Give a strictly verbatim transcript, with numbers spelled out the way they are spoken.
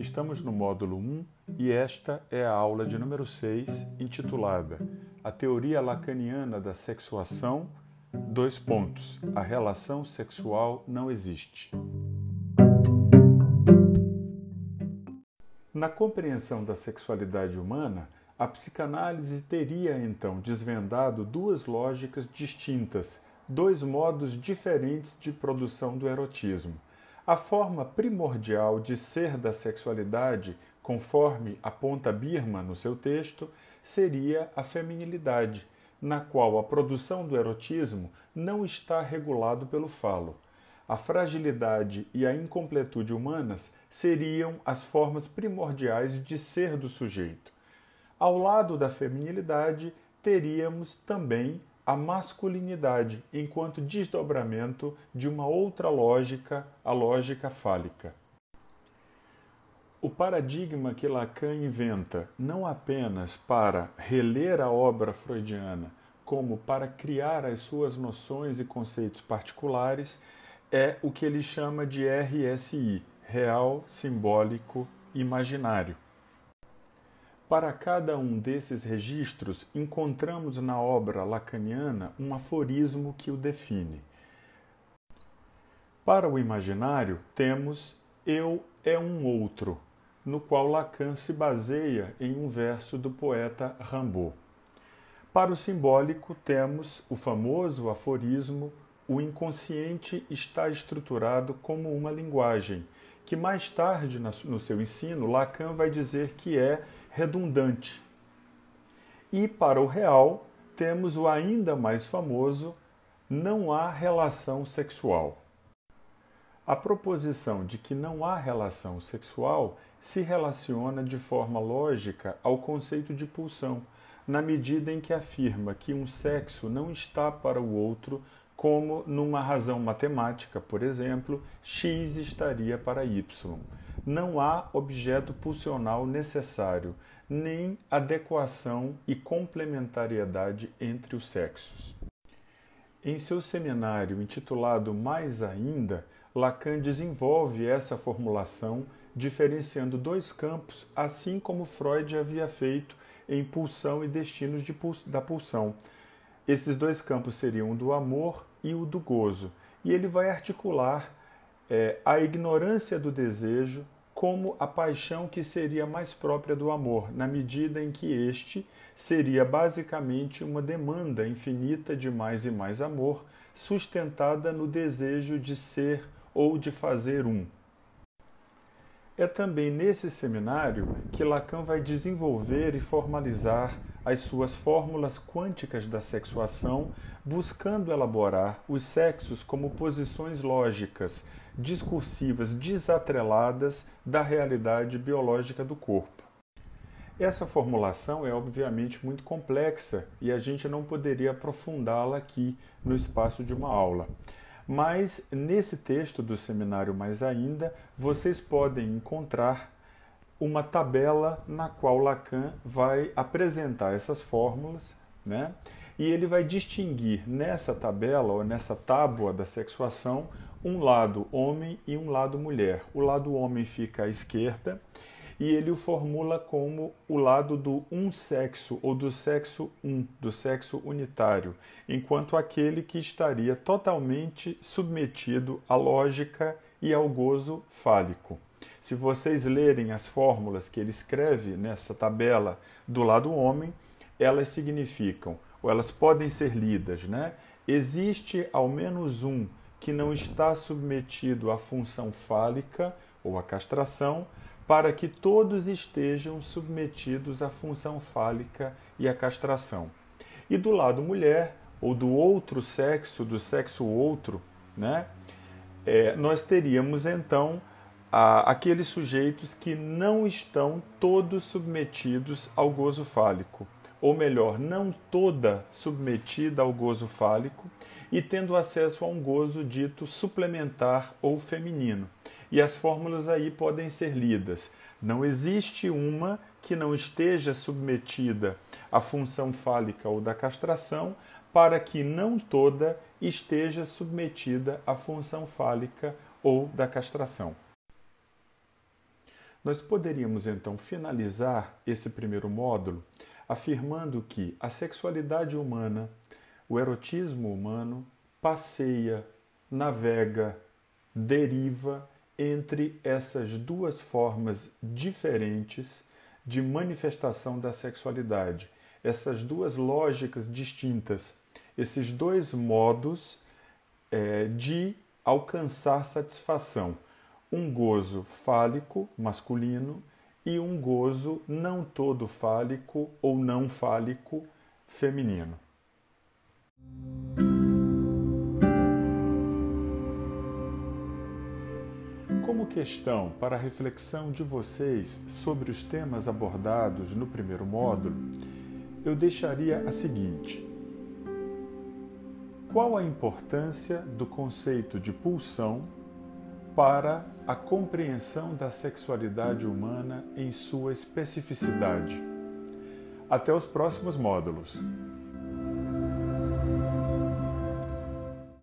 Estamos no módulo um e esta é a aula de número seis, intitulada A Teoria Lacaniana da Sexuação, dois pontos, a relação sexual não existe. Na compreensão da sexualidade humana, a psicanálise teria então desvendado duas lógicas distintas, dois modos diferentes de produção do erotismo. A forma primordial de ser da sexualidade, conforme aponta Birman no seu texto, seria a feminilidade, na qual a produção do erotismo não está regulado pelo falo. A fragilidade e a incompletude humanas seriam as formas primordiais de ser do sujeito. Ao lado da feminilidade, teríamos também a masculinidade, enquanto desdobramento de uma outra lógica, a lógica fálica. O paradigma que Lacan inventa, não apenas para reler a obra freudiana, como para criar as suas noções e conceitos particulares, é o que ele chama de R S I, real, simbólico, imaginário. Para cada um desses registros, encontramos na obra lacaniana um aforismo que o define. Para o imaginário, temos eu é um outro, no qual Lacan se baseia em um verso do poeta Rimbaud. Para o simbólico, temos o famoso aforismo o inconsciente está estruturado como uma linguagem, que mais tarde no seu ensino Lacan vai dizer que é redundante. E para o real, temos o ainda mais famoso não há relação sexual. A proposição de que não há relação sexual se relaciona de forma lógica ao conceito de pulsão, na medida em que afirma que um sexo não está para o outro como numa razão matemática, por exemplo, X estaria para Y. Não há objeto pulsional necessário, nem adequação e complementariedade entre os sexos. Em seu seminário intitulado Mais Ainda, Lacan desenvolve essa formulação, diferenciando dois campos, assim como Freud havia feito em Pulsão e Destinos de Puls- da Pulsão. Esses dois campos seriam o do amor e o do gozo. E ele vai articular é, a ignorância do desejo como a paixão que seria mais própria do amor, na medida em que este seria basicamente uma demanda infinita de mais e mais amor, sustentada no desejo de ser ou de fazer um. É também nesse seminário que Lacan vai desenvolver e formalizar as suas fórmulas quânticas da sexuação, buscando elaborar os sexos como posições lógicas, discursivas desatreladas da realidade biológica do corpo. Essa formulação é obviamente muito complexa e a gente não poderia aprofundá-la aqui no espaço de uma aula. Mas nesse texto do seminário Mais Ainda, vocês podem encontrar uma tabela na qual Lacan vai apresentar essas fórmulas, né? E ele vai distinguir nessa tabela, ou nessa tábua da sexuação, um lado homem e um lado mulher. O lado homem fica à esquerda e ele o formula como o lado do um sexo, ou do sexo um, do sexo unitário, enquanto aquele que estaria totalmente submetido à lógica e ao gozo fálico. Se vocês lerem as fórmulas que ele escreve nessa tabela do lado homem, elas significam, ou elas podem ser lidas, né? Existe ao menos um que não está submetido à função fálica ou à castração, para que todos estejam submetidos à função fálica e à castração. E do lado mulher, ou do outro sexo, do sexo outro, né, é, nós teríamos então a, aqueles sujeitos que não estão todos submetidos ao gozo fálico, ou melhor, não toda submetida ao gozo fálico e tendo acesso a um gozo dito suplementar ou feminino. E as fórmulas aí podem ser lidas. Não existe uma que não esteja submetida à função fálica ou da castração, para que não toda esteja submetida à função fálica ou da castração. Nós poderíamos então finalizar esse primeiro módulo afirmando que a sexualidade humana, o erotismo humano, passeia, navega, deriva entre essas duas formas diferentes de manifestação da sexualidade, essas duas lógicas distintas, esses dois modos é, de alcançar satisfação, um gozo fálico masculino e um gozo não todo fálico ou não fálico feminino. Como questão para a reflexão de vocês sobre os temas abordados no primeiro módulo, eu deixaria a seguinte: qual a importância do conceito de pulsão para a compreensão da sexualidade humana em sua especificidade? Até os próximos módulos.